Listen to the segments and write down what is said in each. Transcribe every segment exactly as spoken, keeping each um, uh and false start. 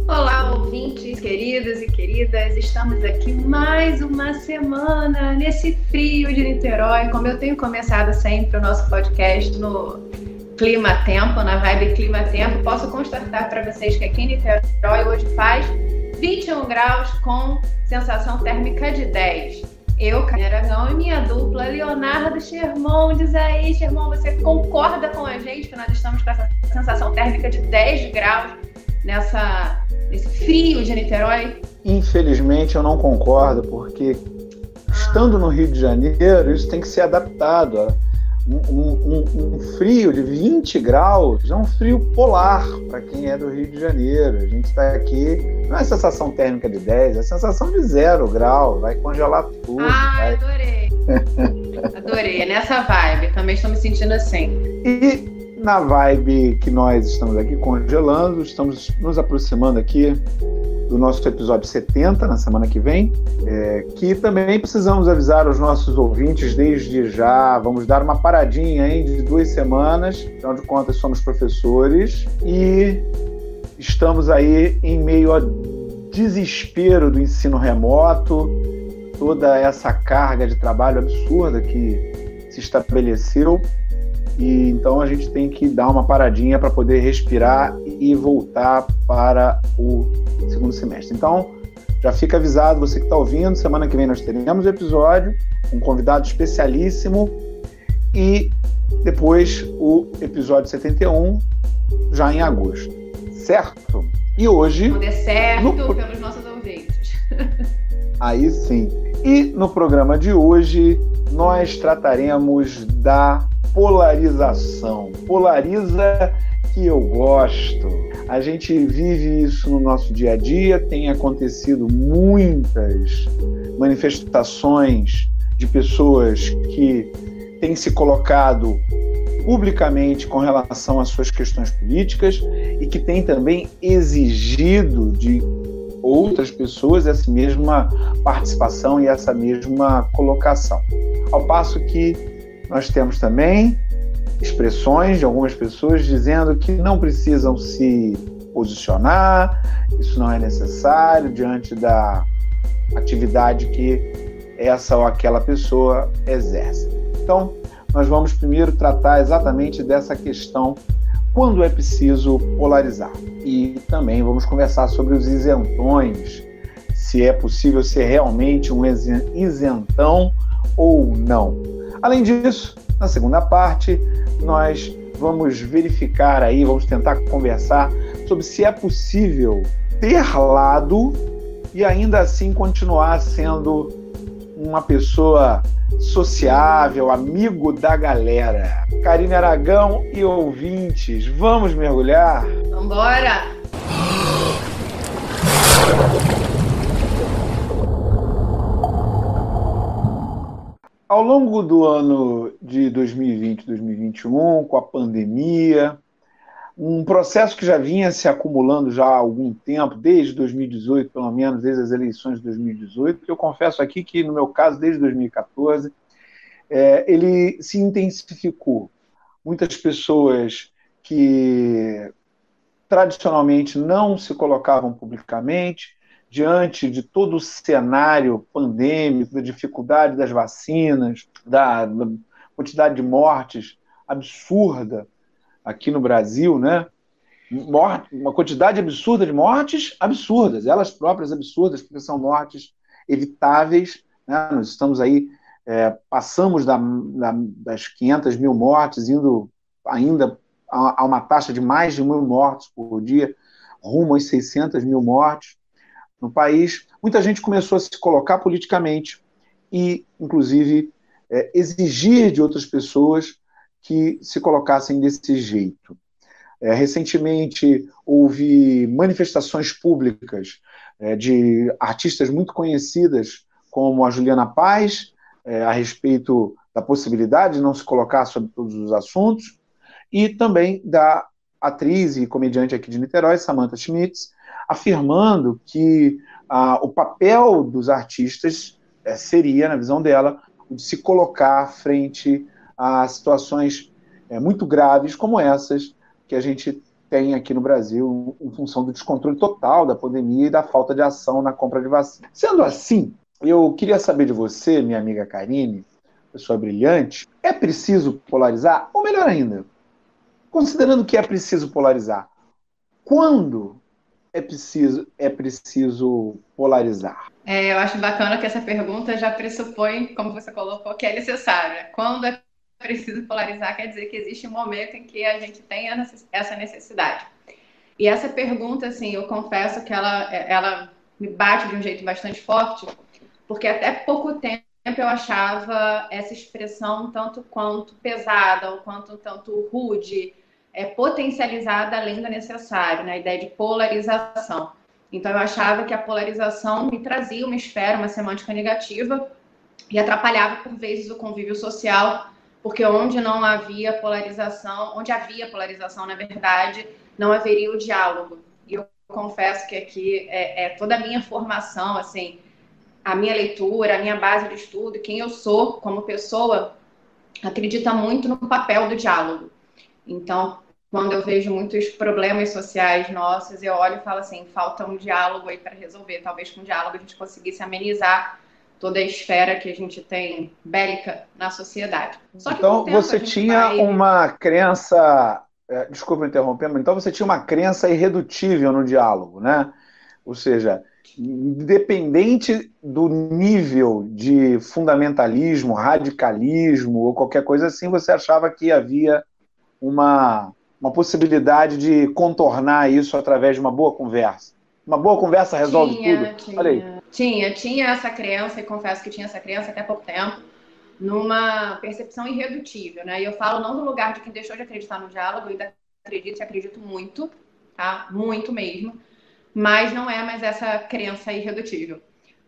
Olá, ouvintes queridos e queridas, estamos aqui mais uma semana nesse frio de Niterói, como eu tenho começado sempre o nosso podcast no Clima Tempo, na vibe Clima Tempo. Posso constatar para vocês que aqui em Niterói hoje faz vinte e um graus com sensação térmica de dez. Eu, Karine Aragão, e minha dupla, Leonardo Sherman. Diz aí, Sherman, você concorda com a gente que nós estamos com essa sensação térmica de dez graus nessa, nesse frio de Niterói? Infelizmente eu não concordo, porque ah. estando no Rio de Janeiro, isso tem que ser adaptado. Um, um, um, um frio de vinte graus é um frio polar para quem é do Rio de Janeiro. A gente está aqui, não é sensação térmica de dez, é sensação de zero grau, vai congelar tudo. Ah, vai... adorei. Adorei, é nessa vibe, também estou me sentindo assim. E na vibe que nós estamos aqui congelando, estamos nos aproximando aqui do nosso episódio setenta, na semana que vem, é, que também precisamos avisar os nossos ouvintes desde já. Vamos dar uma paradinha aí de duas semanas, afinal de contas somos professores e estamos aí em meio ao desespero do ensino remoto, toda essa carga de trabalho absurda que se estabeleceu. E então a gente tem que dar uma paradinha para poder respirar e voltar para o segundo semestre. Então, já fica avisado, você que está ouvindo, semana que vem nós teremos episódio, um convidado especialíssimo, e depois o episódio setenta e um, já em agosto. Certo? E hoje... Não dê certo no... pelos nossos ouvintes. Aí sim. E no programa de hoje, nós trataremos da polarização. Polariza que eu gosto. A gente vive isso no nosso dia a dia, tem acontecido muitas manifestações de pessoas que têm se colocado publicamente com relação às suas questões políticas e que têm também exigido de outras pessoas essa mesma participação e essa mesma colocação. Ao passo que nós temos também expressões de algumas pessoas dizendo que não precisam se posicionar, isso não é necessário diante da atividade que essa ou aquela pessoa exerce. Então, nós vamos primeiro tratar exatamente dessa questão, quando é preciso polarizar. E também vamos conversar sobre os isentões, se é possível ser realmente um isentão ou não. Além disso, na segunda parte, nós vamos verificar aí, vamos tentar conversar sobre se é possível ter lado e ainda assim continuar sendo uma pessoa sociável, amigo da galera. Karine Aragão e ouvintes, vamos mergulhar? Vambora! Ao longo do ano de dois mil e vinte, dois mil e vinte e um, com a pandemia, um processo que já vinha se acumulando já há algum tempo, desde dois mil e dezoito, pelo menos, desde as eleições de dois mil e dezoito, que eu confesso aqui que, no meu caso, desde dois mil e quatorze, é, ele se intensificou. Muitas pessoas que tradicionalmente não se colocavam publicamente, diante de todo o cenário pandêmico, da dificuldade das vacinas, da, da quantidade de mortes absurda aqui no Brasil, né? Morte, uma quantidade absurda de mortes absurdas, elas próprias absurdas, porque são mortes evitáveis, né? Nós estamos aí, é, passamos da, da, das quinhentas mil mortes, indo ainda a, a uma taxa de mais de mil mortes por dia, rumo às seiscentas mil mortes no país. Muita gente começou a se colocar politicamente e, inclusive, é, exigir de outras pessoas que se colocassem desse jeito. É, recentemente, houve manifestações públicas é, de artistas muito conhecidas, como a Juliana Paz, é, a respeito da possibilidade de não se colocar sobre todos os assuntos, e também da atriz e comediante aqui de Niterói, Samantha Schmitz, afirmando que ah, o papel dos artistas eh, seria, na visão dela, o de se colocar frente a situações eh, muito graves como essas que a gente tem aqui no Brasil em função do descontrole total da pandemia e da falta de ação na compra de vacina. Sendo assim, eu queria saber de você, minha amiga Karine, pessoa brilhante, é preciso polarizar? Ou melhor ainda, considerando que é preciso polarizar, quando é preciso, é preciso polarizar? É, eu acho bacana que essa pergunta já pressupõe, como você colocou, que é necessária. Quando é preciso polarizar, quer dizer que existe um momento em que a gente tem essa necessidade. E essa pergunta, assim, eu confesso que ela, ela me bate de um jeito bastante forte, porque até pouco tempo eu achava essa expressão tanto quanto pesada, ou quanto tanto rude, é, potencializada além do necessário, né? A ideia de polarização. Então eu achava que a polarização me trazia uma esfera, uma semântica negativa e atrapalhava por vezes o convívio social, porque onde não havia polarização, onde havia polarização, na verdade, não haveria o diálogo. E eu confesso que aqui é, é toda a minha formação, assim, a minha leitura, a minha base de estudo, quem eu sou como pessoa, acredita muito no papel do diálogo. Então, quando eu vejo muitos problemas sociais nossos, eu olho e falo assim, falta um diálogo aí para resolver. Talvez com o diálogo a gente conseguisse amenizar toda a esfera que a gente tem bélica na sociedade. Só que então, você tinha vai... uma crença, desculpa interromper, mas então você tinha uma crença irredutível no diálogo, né? Ou seja, independente do nível de fundamentalismo, radicalismo ou qualquer coisa assim, você achava que havia uma, uma possibilidade de contornar isso através de uma boa conversa. Uma boa conversa resolve tinha, tudo? Tinha, Olha aí. tinha, tinha essa crença, e confesso que tinha essa crença até pouco tempo, numa percepção irredutível, né? E eu falo não do lugar de quem deixou de acreditar no diálogo, eu ainda acredito e acredito muito, tá? Muito mesmo. Mas não é mais essa crença irredutível.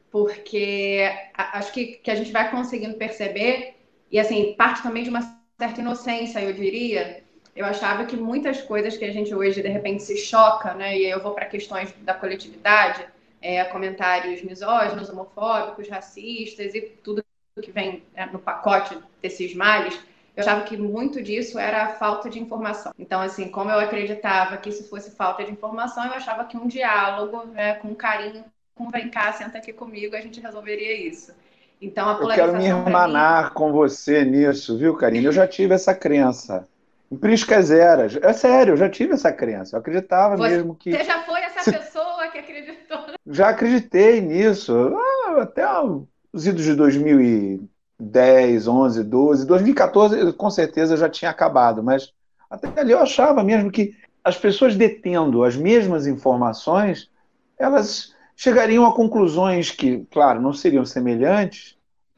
Porque acho que, que a gente vai conseguindo perceber, e assim, parte também de uma certa inocência, eu diria. Eu achava que muitas coisas que a gente hoje, de repente, se choca, né? E eu vou para questões da coletividade, é, comentários misóginos, homofóbicos, racistas e tudo que vem é, no pacote desses males. Eu achava que muito disso era a falta de informação. Então, assim, como eu acreditava que isso fosse falta de informação, eu achava que um diálogo, né, com carinho, com vem cá, senta aqui comigo, a gente resolveria isso. Então, a polarização, eu quero me irmanar mim... com você nisso, viu, Karine? Eu já tive essa crença. Em Priscas Eras. É sério, eu já tive essa crença. Eu acreditava você, mesmo que... Você já foi essa Se... pessoa que acreditou? Já acreditei nisso. Ah, até os idos de dois mil e dez, onze, doze, dois mil e quatorze com certeza já tinha acabado, mas até ali eu achava mesmo que as pessoas detendo as mesmas informações, elas chegariam a conclusões que, claro, não seriam semelhantes,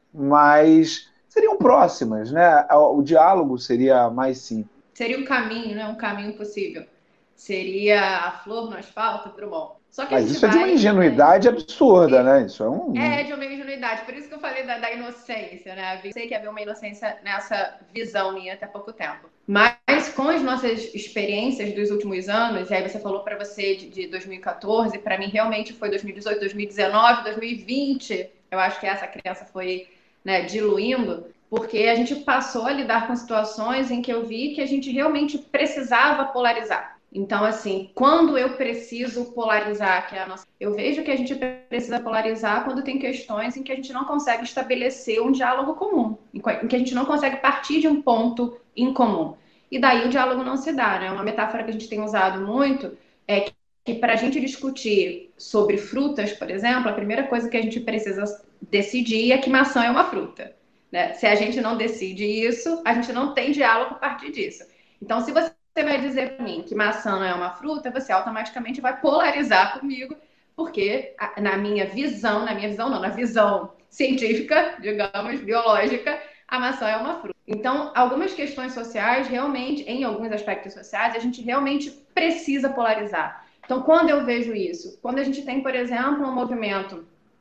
mas seriam próximas, né? O diálogo seria mais simples. Seria um caminho, né? Um caminho possível. Seria a flor no asfalto, Drummond. Só que Mas a gente isso vai, é de uma ingenuidade né? absurda, né? Isso é, um... é de uma ingenuidade. Por isso que eu falei da, da inocência, né? Eu sei que havia uma inocência nessa visão minha até pouco tempo. Mas com as nossas experiências dos últimos anos, e aí você falou para você de, de dois mil e quatorze, para mim realmente foi dois mil e dezoito, dois mil e dezenove, dois mil e vinte. Eu acho que essa criança foi, né, diluindo, porque a gente passou a lidar com situações em que eu vi que a gente realmente precisava polarizar. Então, assim, quando eu preciso polarizar, que é a nossa... eu vejo que a gente precisa polarizar quando tem questões em que a gente não consegue estabelecer um diálogo comum, em que a gente não consegue partir de um ponto em comum. E daí o diálogo não se dá, né? Uma metáfora que a gente tem usado muito é que, que para a gente discutir sobre frutas, por exemplo, a primeira coisa que a gente precisa decidir é que maçã é uma fruta, né? Se a gente não decide isso, a gente não tem diálogo a partir disso. Então, se você Você vai dizer para mim que maçã não é uma fruta, você automaticamente vai polarizar comigo, porque na minha visão, na minha visão não, na visão científica, digamos, biológica, a maçã é uma fruta. Então, algumas questões sociais, realmente, em alguns aspectos sociais, a gente realmente precisa polarizar. Então, quando eu vejo isso? Quando a gente tem, por exemplo, um movimento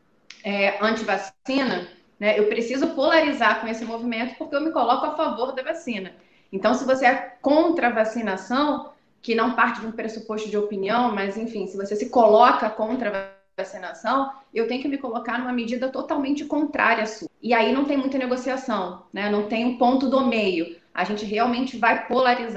é, anti-vacina, né, eu preciso polarizar com esse movimento porque eu me coloco a favor da vacina. Então, se você é contra a vacinação, que não parte de um pressuposto de opinião, mas, enfim, se você se coloca contra a vacinação, eu tenho que me colocar numa medida totalmente contrária à sua. E aí não tem muita negociação, né? Não tem um ponto do meio. A gente realmente vai polarizar.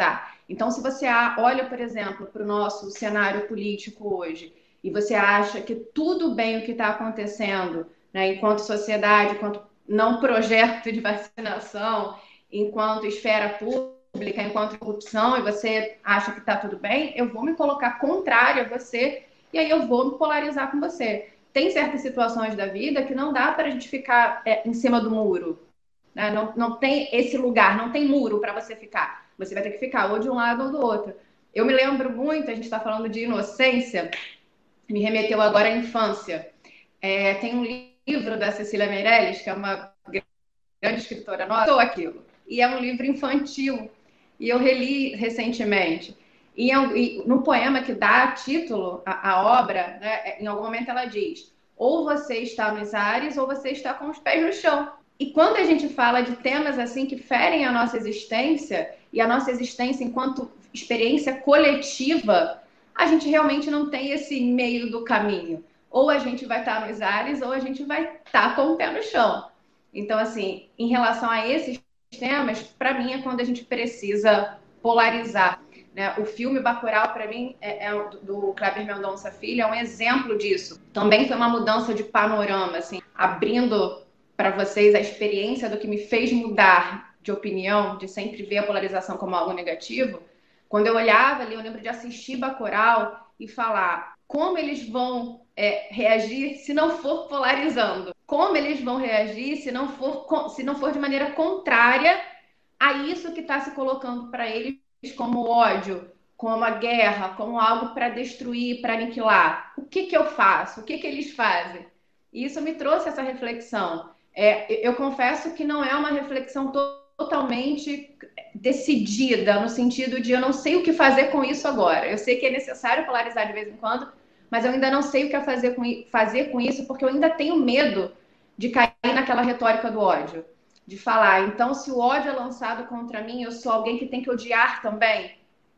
Então, se você olha, por exemplo, para o nosso cenário político hoje, e você acha que tudo bem o que está acontecendo, né, enquanto sociedade, enquanto não projeto de vacinação, enquanto esfera pública, enquanto corrupção, e você acha que está tudo bem, eu vou me colocar contrário a você, e aí eu vou me polarizar com você. Tem certas situações da vida que não dá para a gente ficar é, em cima do muro. Né? Não, não tem esse lugar, não tem muro para você ficar. Você vai ter que ficar ou de um lado ou do outro. Eu me lembro muito, a gente está falando de inocência, me remeteu agora à infância. É, tem um livro da Cecília Meirelles, que é uma grande escritora nossa, Sou Aquilo. E é um livro infantil. E eu reli recentemente. E, e no poema que dá título à, à obra, né, em algum momento ela diz: ou você está nos ares ou você está com os pés no chão. E quando a gente fala de temas assim que ferem a nossa existência, e a nossa existência enquanto experiência coletiva, a gente realmente não tem esse meio do caminho. Ou a gente vai estar nos ares, ou a gente vai estar com o pé no chão. Então, assim, em relação a esses temas, para mim é quando a gente precisa polarizar. Né? O filme Bacurau, para mim, é, é do Kleber Mendonça Filho, é um exemplo disso. Também foi uma mudança de panorama, assim, abrindo para vocês a experiência do que me fez mudar de opinião, de sempre ver a polarização como algo negativo. Quando eu olhava ali, eu lembro de assistir Bacurau e falar como eles vão é, reagir se não for polarizando. Como eles vão reagir se não for, se não for de maneira contrária a isso que está se colocando para eles como ódio, como a guerra, como algo para destruir, para aniquilar. O que, que eu faço? O que, que eles fazem? E isso me trouxe essa reflexão. É, eu confesso que não é uma reflexão totalmente decidida, no sentido de eu não sei o que fazer com isso agora. Eu sei que é necessário polarizar de vez em quando, mas eu ainda não sei o que fazer com, fazer com isso, porque eu ainda tenho medo de cair naquela retórica do ódio. De falar, então, se o ódio é lançado contra mim, eu sou alguém que tem que odiar também.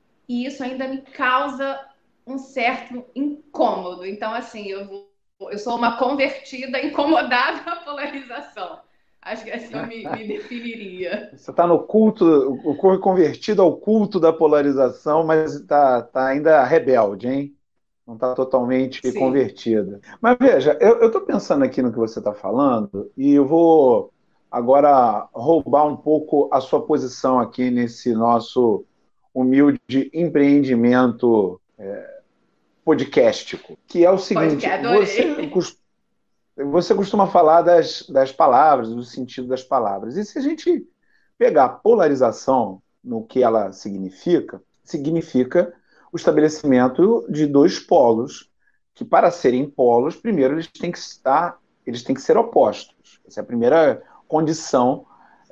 E isso ainda me causa um certo incômodo. Então, assim, eu, vou, eu sou uma convertida incomodada à polarização. Acho que assim eu me, me definiria. Você está no culto, o corpo convertido ao culto da polarização, mas está tá ainda rebelde, hein? Não está totalmente Sim. convertida. Mas veja, eu estou pensando aqui no que você está falando e eu vou agora roubar um pouco a sua posição aqui nesse nosso humilde empreendimento é, podcástico, que é o seguinte, você, você costuma falar das, das palavras, do sentido das palavras, e se a gente pegar polarização no que ela significa, significa o estabelecimento de dois polos, que para serem polos, primeiro eles têm que estar, eles têm que ser opostos. Essa é a primeira condição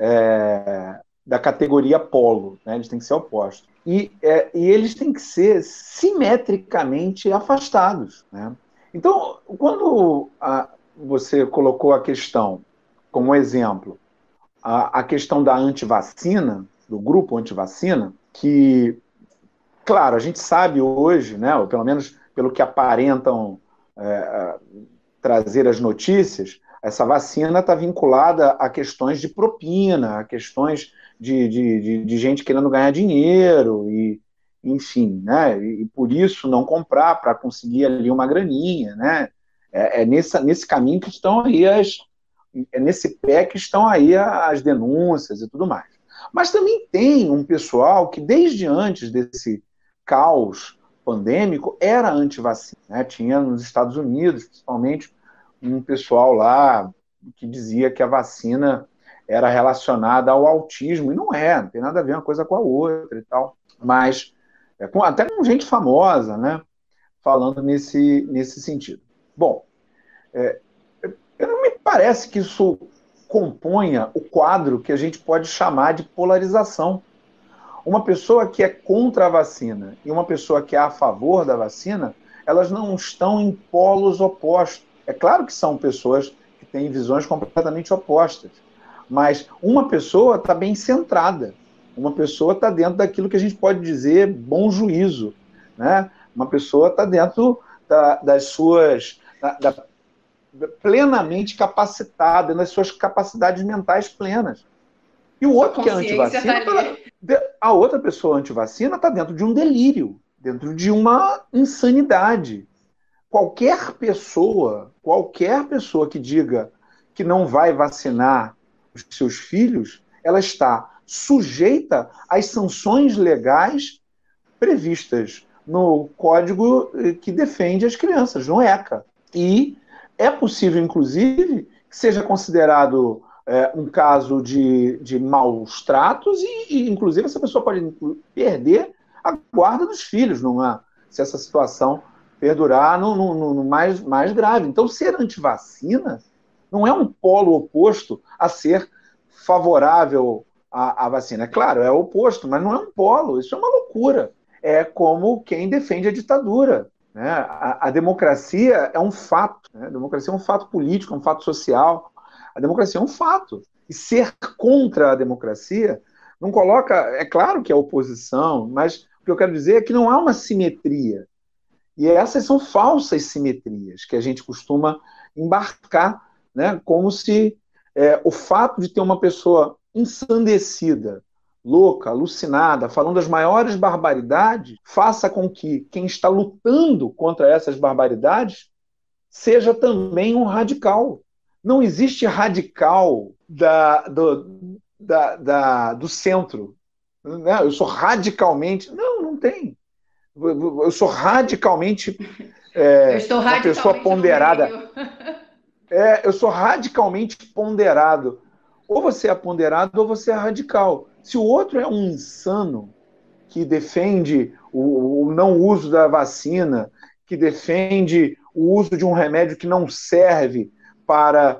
é, da categoria polo, né? Eles têm que ser opostos. E, é, e eles têm que ser simetricamente afastados, né? Então, quando a, você colocou a questão, como exemplo, a, a questão da antivacina, do grupo antivacina, que, claro, a gente sabe hoje, né, ou pelo menos pelo que aparentam é, trazer as notícias, essa vacina está vinculada a questões de propina, a questões de, de, de, de gente querendo ganhar dinheiro, e, enfim, né? E, e por isso não comprar, para conseguir ali uma graninha, né? É, é nesse, nesse caminho que estão aí as... É nesse pé que estão aí as denúncias e tudo mais. Mas também tem um pessoal que, desde antes desse caos pandêmico, era anti-vacina, né? Tinha nos Estados Unidos, principalmente, um pessoal lá que dizia que a vacina era relacionada ao autismo, e não é, não tem nada a ver uma coisa com a outra e tal, mas é, com, até com gente famosa, né, falando nesse, nesse sentido. Bom, é, não me parece que isso componha o quadro que a gente pode chamar de polarização. Uma pessoa que é contra a vacina e uma pessoa que é a favor da vacina, elas não estão em polos opostos. É claro que são pessoas que têm visões completamente opostas, mas uma pessoa está bem centrada, uma pessoa está dentro daquilo que a gente pode dizer bom juízo, né? Uma pessoa está dentro da, das suas... Da, da, plenamente capacitada, das suas capacidades mentais plenas. E o Sua outro que é consciência antivacina, tá ali. tá, a outra pessoa antivacina está dentro de um delírio, dentro de uma insanidade. Qualquer pessoa, qualquer pessoa que diga que não vai vacinar os seus filhos, ela está sujeita às sanções legais previstas no Código que defende as crianças, no ECA. E é possível, inclusive, que seja considerado é, um caso de, de maus tratos e, e, inclusive, essa pessoa pode perder a guarda dos filhos numa, se essa situação perdurar no, no, no mais, mais grave. Então, ser antivacina não é um polo oposto a ser favorável à, à vacina. É claro, é o oposto, mas não é um polo. Isso é uma loucura. É como quem defende a ditadura. Né? A, a democracia é um fato. Né? A democracia é um fato político, é um fato social. A democracia é um fato. E ser contra a democracia não coloca... É claro que é oposição, mas o que eu quero dizer é que não há uma simetria. E essas são falsas simetrias que a gente costuma embarcar, né? Como se é, o fato de ter uma pessoa ensandecida, louca, alucinada, falando as maiores barbaridades, faça com que quem está lutando contra essas barbaridades seja também um radical. Não existe radical da, do, da, da, do centro. Né? Eu sou radicalmente... Não, não tem. Eu sou radicalmente é, eu estou uma pessoa ponderada. É, eu sou radicalmente ponderado. Ou você é ponderado ou você é radical. Se o outro é um insano que defende o, o não uso da vacina, que defende o uso de um remédio que não serve para,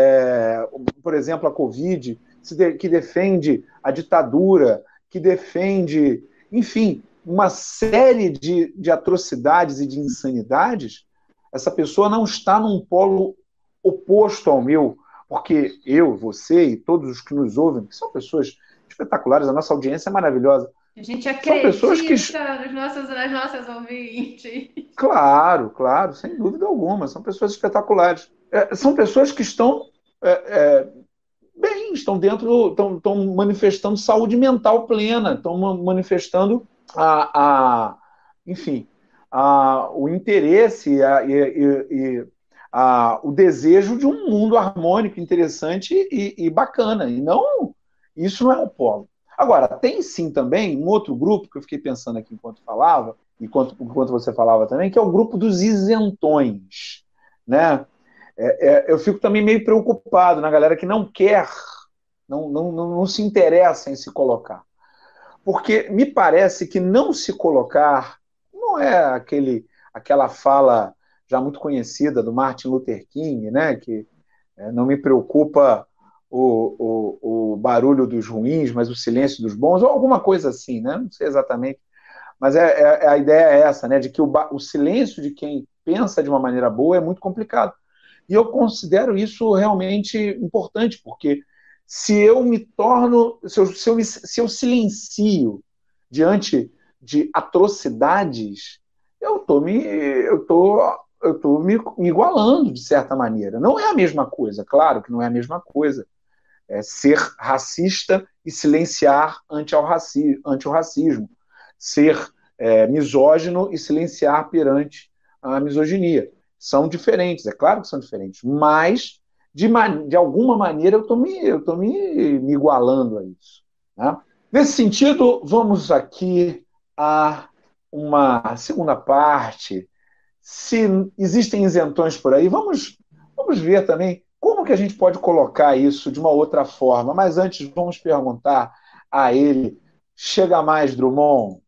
é, por exemplo, a Covid, que defende a ditadura, que defende, enfim, uma série de, de atrocidades e de insanidades, essa pessoa não está num polo oposto ao meu, porque eu, você e todos os que nos ouvem, que são pessoas espetaculares, a nossa audiência é maravilhosa. A gente acredita são pessoas que... nas, nossas, nas nossas ouvintes. Claro, claro, sem dúvida alguma, são pessoas espetaculares. É, são pessoas que estão é, é, bem, estão dentro, estão, estão manifestando saúde mental plena, estão manifestando a, a, enfim, a, o interesse a, e, e, e a, o desejo de um mundo harmônico, interessante e, e bacana. E não, isso não é um polo. Agora, tem sim também um outro grupo que eu fiquei pensando aqui enquanto falava, enquanto, enquanto você falava também, que é o grupo dos isentões, né? É, é, eu fico também meio preocupado na galera que não quer, não, não, não, não se interessa em se colocar. Porque me parece que não se colocar não é aquele, aquela fala já muito conhecida do Martin Luther King, né? Que é, não me preocupa o, o, o barulho dos ruins, mas o silêncio dos bons, ou alguma coisa assim, né? Não sei exatamente. Mas é, é, a ideia é essa, né? De que o, o silêncio de quem pensa de uma maneira boa é muito complicado. E eu considero isso realmente importante, porque se eu me torno, se eu, se eu, me, se eu silencio diante de atrocidades, eu estou me, eu tô, eu tô me, me igualando, de certa maneira. Não é a mesma coisa, claro que não é a mesma coisa. É ser racista e silenciar ante, ao raci, ante o racismo. Ser é, misógino e silenciar perante a misoginia. São diferentes, é claro que são diferentes, mas de, de alguma maneira eu estou me, eu tô me, me igualando a isso. Né? Nesse sentido, vamos aqui a uma segunda parte. Se existem isentões por aí, vamos, vamos ver também como que a gente pode colocar isso de uma outra forma. Mas antes, vamos perguntar a ele. Chega mais, Drummond.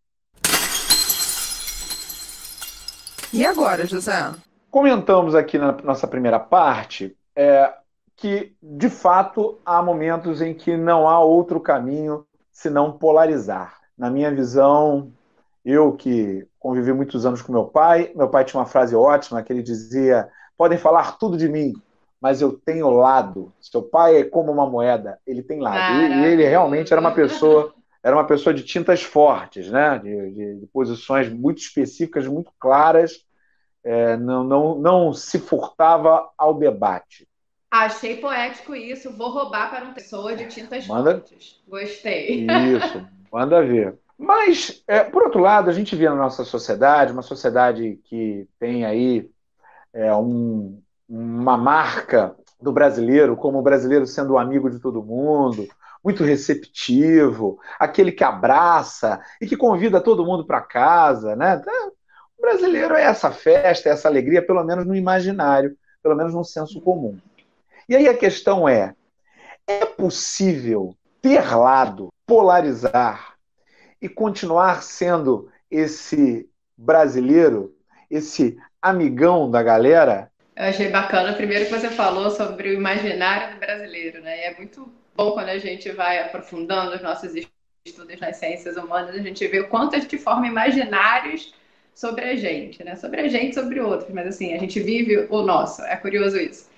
E agora, José? Comentamos aqui na nossa primeira parte é, que, de fato, há momentos em que não há outro caminho senão polarizar. Na minha visão, eu que convivi muitos anos com meu pai, meu pai tinha uma frase ótima que ele dizia: podem falar tudo de mim, mas eu tenho lado. Seu pai é como uma moeda, ele tem lado. E, e ele realmente era uma pessoa, era uma pessoa de tintas fortes, né? de, de, de posições muito específicas, muito claras. É, não, não, não se furtava ao debate. Achei poético isso. Vou roubar para um pessoa de tintas Manda... fortes. Gostei. Isso, manda ver. Mas, é, por outro lado, a gente vê na nossa sociedade, uma sociedade que tem aí é, um, uma marca do brasileiro, como o brasileiro sendo um amigo de todo mundo, muito receptivo, aquele que abraça e que convida todo mundo para casa, né? O brasileiro é essa festa, é essa alegria, pelo menos no imaginário, pelo menos no senso comum. E aí a questão é, é possível ter lado, polarizar e continuar sendo esse brasileiro, esse amigão da galera? Eu achei bacana, primeiro que você falou sobre o imaginário do brasileiro, né? E é muito bom quando a gente vai aprofundando os nossos estudos nas ciências humanas, a gente vê o quanto a gente forma imaginários sobre a gente, né? Sobre a gente, sobre outros, mas assim, a gente vive o nosso, é curioso isso.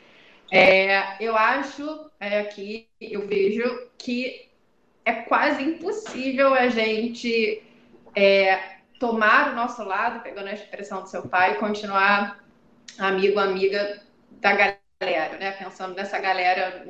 É, eu acho é, aqui, eu vejo que é quase impossível a gente é, tomar o nosso lado, pegando a expressão do seu pai, e continuar amigo, amiga da galera, né? Pensando nessa galera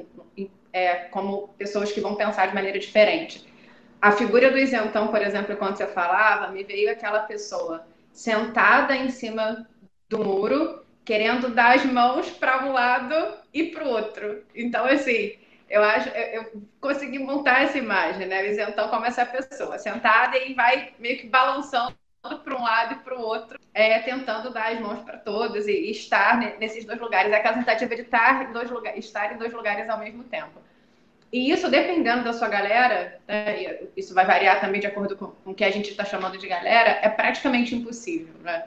é, como pessoas que vão pensar de maneira diferente. A figura do isentão, por exemplo, quando você falava, me veio aquela pessoa sentada em cima do muro, querendo dar as mãos para um lado e para o outro. Então, assim, eu acho, eu, eu consegui montar essa imagem, né? O isentão como essa pessoa, sentada e vai meio que balançando para um lado e para o outro, é, tentando dar as mãos para todos e, e estar nesses dois lugares. É aquela tentativa de estar em dois lugares, estar em dois lugares ao mesmo tempo. E isso, dependendo da sua galera, né, isso vai variar também de acordo com, com o que a gente está chamando de galera, é praticamente impossível, né?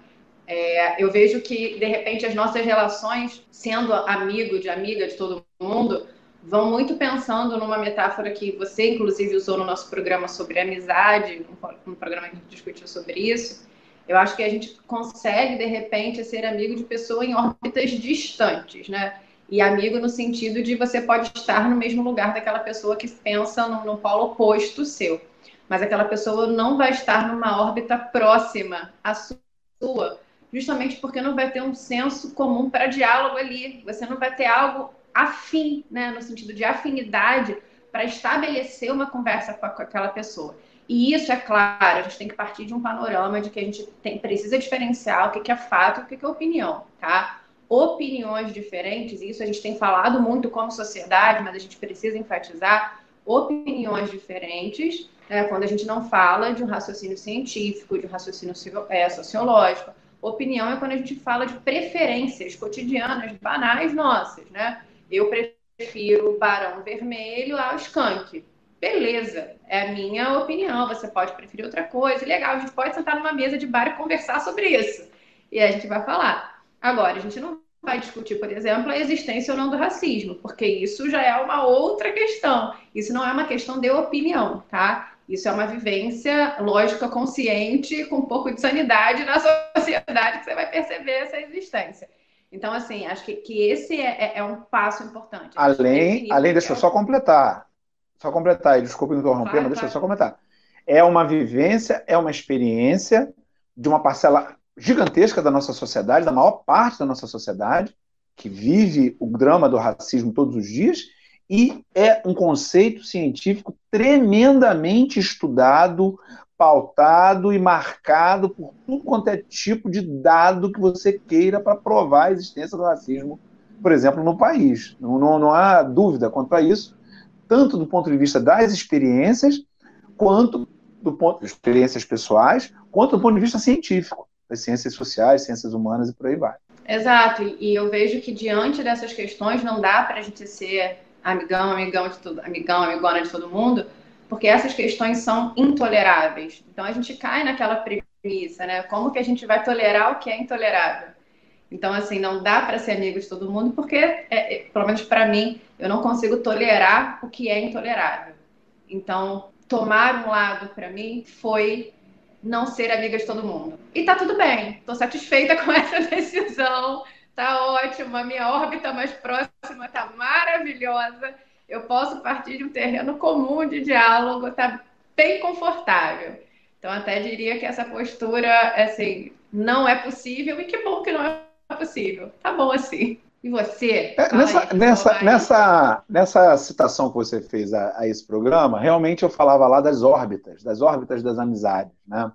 É, eu vejo que, de repente, as nossas relações, sendo amigo de amiga de todo mundo, vão muito pensando numa metáfora que você, inclusive, usou no nosso programa sobre amizade, um programa que a gente discutiu sobre isso. Eu acho que a gente consegue, de repente, ser amigo de pessoa em órbitas distantes, né? E amigo no sentido de você pode estar no mesmo lugar daquela pessoa que pensa no, no polo oposto seu. Mas aquela pessoa não vai estar numa órbita próxima à sua, justamente porque não vai ter um senso comum para diálogo ali. Você não vai ter algo afim, né, no sentido de afinidade, para estabelecer uma conversa com, a, com aquela pessoa. E isso, é claro, a gente tem que partir de um panorama de que a gente tem, precisa diferenciar o que, que é fato e o que, que é opinião, tá? Opiniões diferentes, e isso a gente tem falado muito como sociedade, mas a gente precisa enfatizar, opiniões diferentes, né, quando a gente não fala de um raciocínio científico, de um raciocínio é, sociológico. Opinião é quando a gente fala de preferências cotidianas, banais nossas, né? Eu prefiro o Barão Vermelho ao Skunk. Beleza, é a minha opinião, você pode preferir outra coisa, legal, a gente pode sentar numa mesa de bar e conversar sobre isso. E aí a gente vai falar. Agora, a gente não vai discutir, por exemplo, a existência ou não do racismo, porque isso já é uma outra questão. Isso não é uma questão de opinião, tá? Isso é uma vivência lógica consciente, com um pouco de sanidade na sociedade, que você vai perceber essa existência. Então, assim, acho que, que esse é, é um passo importante. Além, além deixa eu só completar. Só completar, e desculpa me interromper, claro, mas deixa claro. eu só completar. É uma vivência, é uma experiência de uma parcela gigantesca da nossa sociedade, da maior parte da nossa sociedade, que vive o drama do racismo todos os dias, e é um conceito científico tremendamente estudado, pautado e marcado por tudo quanto é tipo de dado que você queira para provar a existência do racismo, por exemplo, no país. Não, não, não há dúvida quanto a isso, tanto do ponto de vista das experiências, quanto do ponto de experiências pessoais, quanto do ponto de vista científico, das ciências sociais, ciências humanas e por aí vai. Exato, e eu vejo que diante dessas questões não dá para a gente ser amigão, amigão de tudo, amigão, amigona de todo mundo, porque essas questões são intoleráveis. Então a gente cai naquela premissa, né? Como que a gente vai tolerar o que é intolerável? Então, assim, não dá para ser amigo de todo mundo, porque, é, é, pelo menos para mim, eu não consigo tolerar o que é intolerável. Então, tomar um lado para mim foi não ser amiga de todo mundo. E tá tudo bem, tô satisfeita com essa decisão, tá ótimo, a minha órbita mais próxima tá maravilhosa, eu posso partir de um terreno comum de diálogo, tá bem confortável. Então, até diria que essa postura, assim, não é possível, e que bom que não é possível. Tá bom assim. E você? É, Fala Nessa, aí, pessoal, nessa, mais. nessa, nessa citação que você fez a, a esse programa, realmente eu falava lá das órbitas, das órbitas das amizades, né?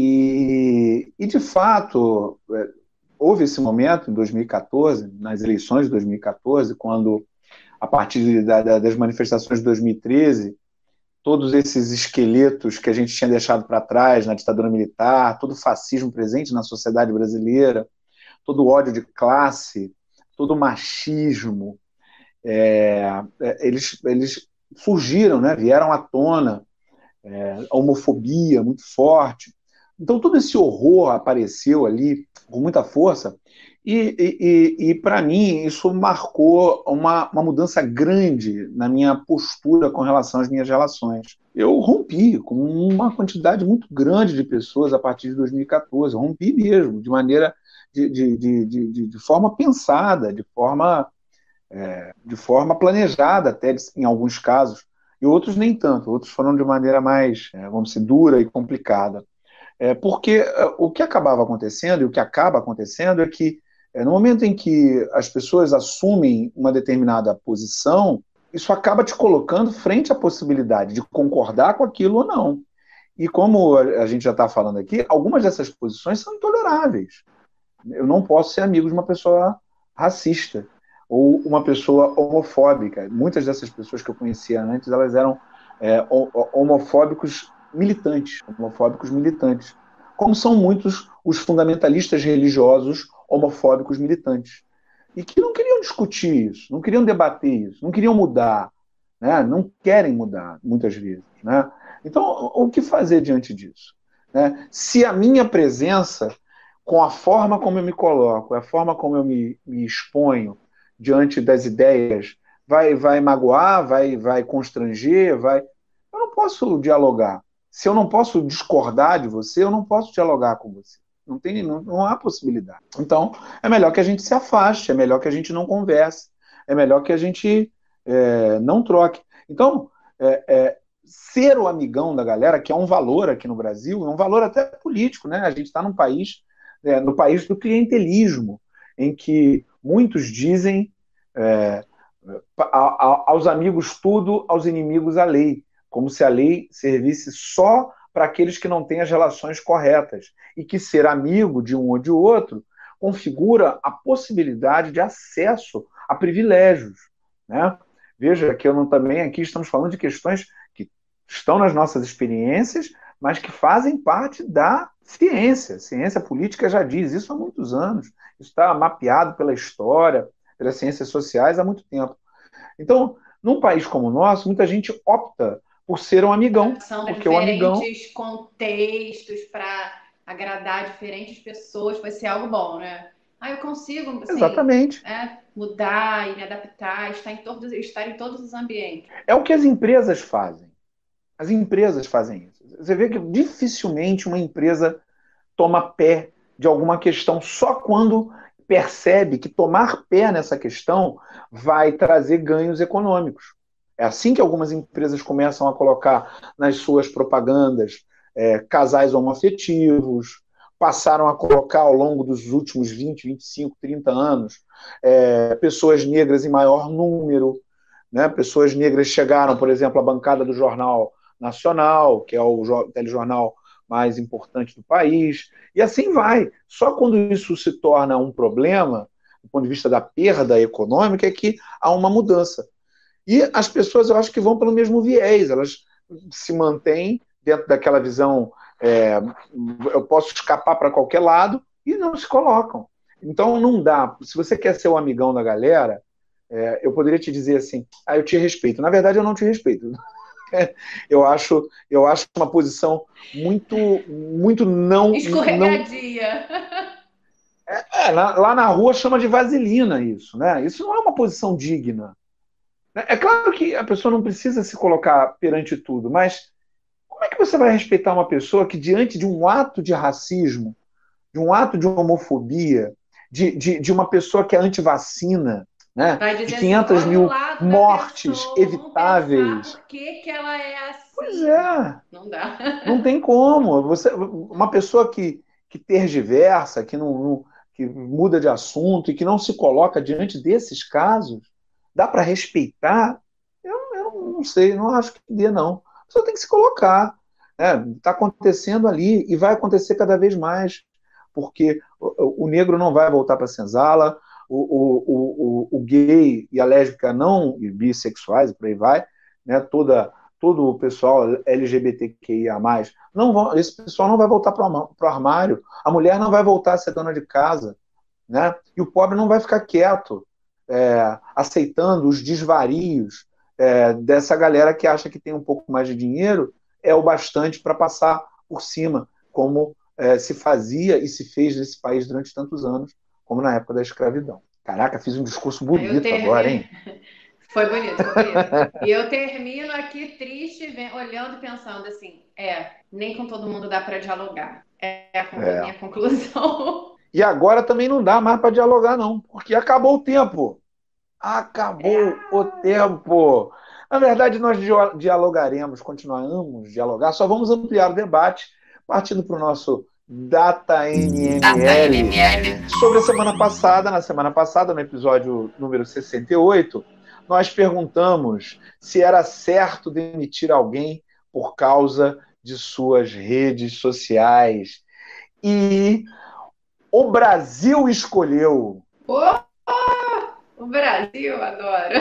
E, e de fato, é, houve esse momento em dois mil e quatorze, nas eleições de dois mil e quatorze, quando, a partir da- da- das manifestações de dois mil e treze, todos esses esqueletos que a gente tinha deixado para trás na ditadura militar, todo o fascismo presente na sociedade brasileira, todo o ódio de classe, todo o machismo, é, é, eles, eles surgiram, né, vieram à tona, a homofobia muito forte. Então, todo esse horror apareceu ali com muita força, e, e, e, e para mim, isso marcou uma, uma mudança grande na minha postura com relação às minhas relações. Eu rompi com uma quantidade muito grande de pessoas a partir de dois mil e quatorze, rompi mesmo, de maneira, de, de, de, de, de forma pensada, de forma de forma planejada, até em alguns casos, e outros nem tanto, outros foram de maneira mais, é, vamos dizer, dura e complicada. É, porque é, o que acabava acontecendo, e o que acaba acontecendo, é que é, no momento em que as pessoas assumem uma determinada posição, isso acaba te colocando frente à possibilidade de concordar com aquilo ou não. E como a gente já está falando aqui, algumas dessas posições são intoleráveis. Eu não posso ser amigo de uma pessoa racista ou uma pessoa homofóbica. Muitas dessas pessoas que eu conhecia antes, elas eram é, homofóbicos militantes, homofóbicos militantes, como são muitos os fundamentalistas religiosos homofóbicos militantes, e que não queriam discutir isso, não queriam debater isso, não queriam mudar, né? Não querem mudar, muitas vezes. Né? Então, o que fazer diante disso? Né? Se a minha presença, com a forma como eu me coloco, a forma como eu me, me exponho diante das ideias, vai, vai magoar, vai, vai constranger, vai... Eu não posso dialogar. Se eu não posso discordar de você, eu não posso dialogar com você. Não tem, não, não há possibilidade. Então, é melhor que a gente se afaste, é melhor que a gente não converse, é melhor que a gente é, não troque. Então, é, é, ser o amigão da galera, que é um valor aqui no Brasil, é um valor até político, né? A gente está num país, é, no país do clientelismo, em que muitos dizem é, a, a, aos amigos tudo, aos inimigos a lei, como se a lei servisse só para aqueles que não têm as relações corretas, e que ser amigo de um ou de outro configura a possibilidade de acesso a privilégios. Né? Veja que eu não, também aqui estamos falando de questões que estão nas nossas experiências, mas que fazem parte da ciência. Ciência política já diz isso há muitos anos. Isso está mapeado pela história, pelas ciências sociais há muito tempo. Então, num país como o nosso, muita gente opta por ser um amigão, São porque o amigão... diferentes contextos para agradar diferentes pessoas, vai ser algo bom, né? Ah, eu consigo, assim, Exatamente. é, mudar e me adaptar, estar em todos, estar em todos os ambientes. É o que as empresas fazem. As empresas fazem isso. Você vê que dificilmente uma empresa toma pé de alguma questão só quando percebe que tomar pé nessa questão vai trazer ganhos econômicos. É assim que algumas empresas começam a colocar nas suas propagandas é, casais homoafetivos, passaram a colocar ao longo dos últimos vinte, vinte e cinco, trinta anos é, pessoas negras em maior número. Né? Pessoas negras chegaram, por exemplo, à bancada do Jornal Nacional, que é o telejornal mais importante do país, e assim vai. Só quando isso se torna um problema, do ponto de vista da perda econômica, é que há uma mudança. E as pessoas, eu acho que vão pelo mesmo viés, elas se mantêm dentro daquela visão, é, eu posso escapar para qualquer lado, e não se colocam. Então não dá. Se você quer ser o amigão da galera, é, eu poderia te dizer assim, ah, eu te respeito. Na verdade, eu não te respeito. Eu acho, eu acho uma posição muito, muito não... Escorregadia. Não... É, lá, lá na rua chama de vaselina isso, né? Isso não é uma posição digna. É claro que a pessoa não precisa se colocar perante tudo, mas como é que você vai respeitar uma pessoa que, diante de um ato de racismo, de um ato de homofobia, de, de, de uma pessoa que é anti-vacina, né? De quinhentas assim, mil mortes pessoa, evitáveis. Por que, que ela é assim? Pois é. Não dá. Não tem como. Você, uma pessoa que, que tergiversa, que não, não, que muda de assunto e que não se coloca diante desses casos, dá para respeitar? Eu, eu não sei, não acho que dê, não. A pessoa tem que se colocar. Está acontecendo ali e vai acontecer cada vez mais, porque o, o negro não vai voltar para a senzala, o, o, o, o gay e a lésbica não, e bissexuais, e por aí vai, né, toda, todo o pessoal L G B T Q I A mais, não vão, esse pessoal não vai voltar para o armário, a mulher não vai voltar a ser dona de casa, né, e o pobre não vai ficar quieto, é, aceitando os desvarios é, dessa galera que acha que tem um pouco mais de dinheiro, é o bastante para passar por cima, como é, se fazia e se fez nesse país durante tantos anos, como na época da escravidão. Caraca, fiz um discurso bonito termino... agora, hein? Foi bonito, foi bonito. E eu termino aqui triste, olhando e pensando assim, é, nem com todo mundo dá para dialogar. É a é. minha conclusão. E agora também não dá mais para dialogar, não, porque acabou o tempo. Acabou é. o tempo. Na verdade, nós dialogaremos, continuaremos a dialogar, só vamos ampliar o debate, partindo para o nosso Data N M L. Sobre a semana passada, na semana passada, no episódio número sessenta e oito, nós perguntamos se era certo demitir alguém por causa de suas redes sociais. E o Brasil escolheu. Oh, o Brasil, adoro.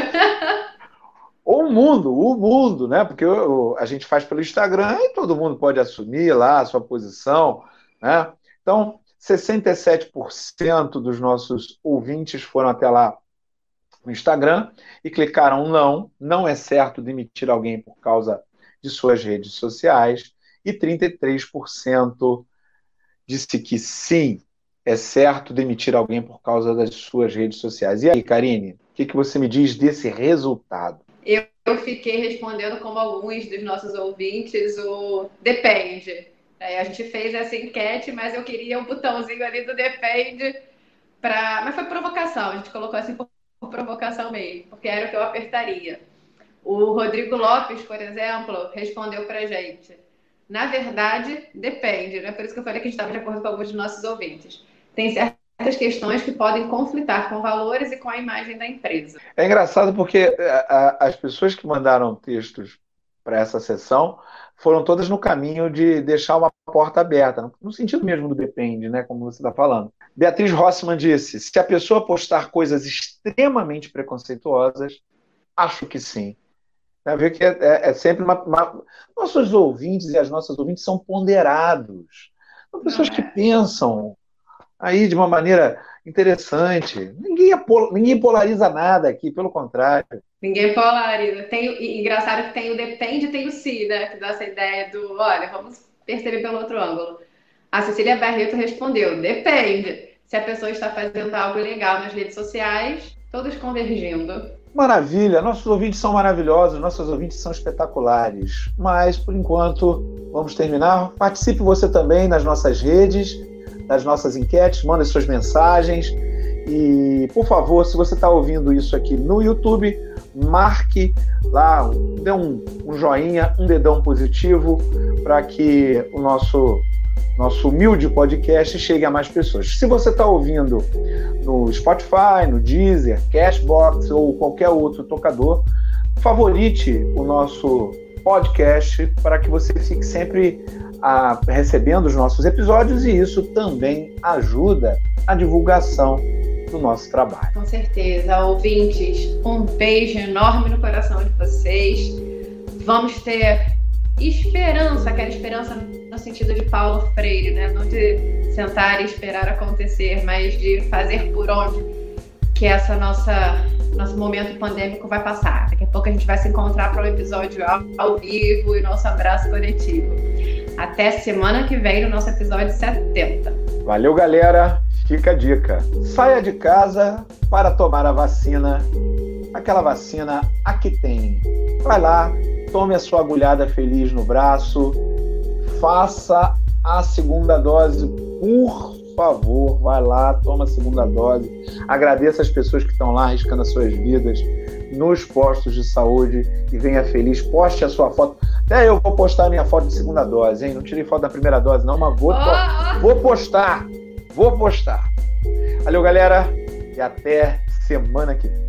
Ou o mundo, o mundo, né? Porque a gente faz pelo Instagram e todo mundo pode assumir lá a sua posição, né? Então, sessenta e sete por cento dos nossos ouvintes foram até lá no Instagram e clicaram não, não é certo demitir alguém por causa de suas redes sociais, e trinta e três por cento disse que sim, é certo demitir alguém por causa das suas redes sociais. E aí, Karine, o que, que você me diz desse resultado? Eu, eu fiquei respondendo como alguns dos nossos ouvintes o depende. É, a gente fez essa enquete, mas eu queria um botãozinho ali do depende, pra... mas foi provocação, a gente colocou assim por, por provocação mesmo, porque era o que eu apertaria. O Rodrigo Lopes, por exemplo, respondeu pra gente. Na verdade, depende, né? Por isso que eu falei que a gente estava de acordo com alguns dos nossos ouvintes. Tem certas questões que podem conflitar com valores e com a imagem da empresa. É engraçado porque a, a, as pessoas que mandaram textos para essa sessão foram todas no caminho de deixar uma porta aberta, no sentido mesmo do depende, né, como você está falando. Beatriz Rossmann disse, se a pessoa postar coisas extremamente preconceituosas, acho que sim. É, ver que é, é, é sempre uma, uma... Nossos ouvintes e as nossas ouvintes são ponderados. São pessoas que pensam aí de uma maneira interessante. Ninguém, é pol... Ninguém polariza nada aqui, pelo contrário. Ninguém polariza. Tem, e, engraçado que tem o depende e tem o se, né? Que dá essa ideia do, olha, vamos perceber pelo outro ângulo. A Cecília Barreto respondeu, depende. Se a pessoa está fazendo algo legal nas redes sociais, todos convergindo. Maravilha, nossos ouvintes são maravilhosos, nossos ouvintes são espetaculares. Mas, por enquanto, vamos terminar. Participe você também nas nossas redes, nas nossas enquetes, mande suas mensagens. E, por favor, se você está ouvindo isso aqui no YouTube, marque lá, dê um, um joinha, um dedão positivo, para que o nosso, nosso humilde podcast chegue a mais pessoas. Se você está ouvindo no Spotify, no Deezer, Cashbox ou qualquer outro tocador, favorite o nosso podcast para que você fique sempre a, recebendo os nossos episódios, e isso também ajuda a divulgação do nosso trabalho. Com certeza. Ouvintes, um beijo enorme no coração de vocês. Vamos ter esperança, aquela esperança no sentido de Paulo Freire, né? Não de sentar e esperar acontecer, mas de fazer por onde que essa nossa nosso momento pandêmico vai passar. Daqui a pouco a gente vai se encontrar para um episódio ao, ao vivo e nosso abraço coletivo. Até semana que vem no nosso episódio setenta. Valeu, galera! Fica a dica. Saia de casa para tomar a vacina. Aquela vacina aqui tem. Vai lá, tome a sua agulhada feliz no braço. Faça a segunda dose, por favor. Vai lá, toma a segunda dose. Agradeça as pessoas que estão lá arriscando as suas vidas nos postos de saúde e venha feliz. Poste a sua foto. Até eu vou postar a minha foto de segunda dose, hein? Não tirei foto da primeira dose, não, mas vou, oh, oh. vou postar. Vou postar. Valeu, galera, e até semana que vem.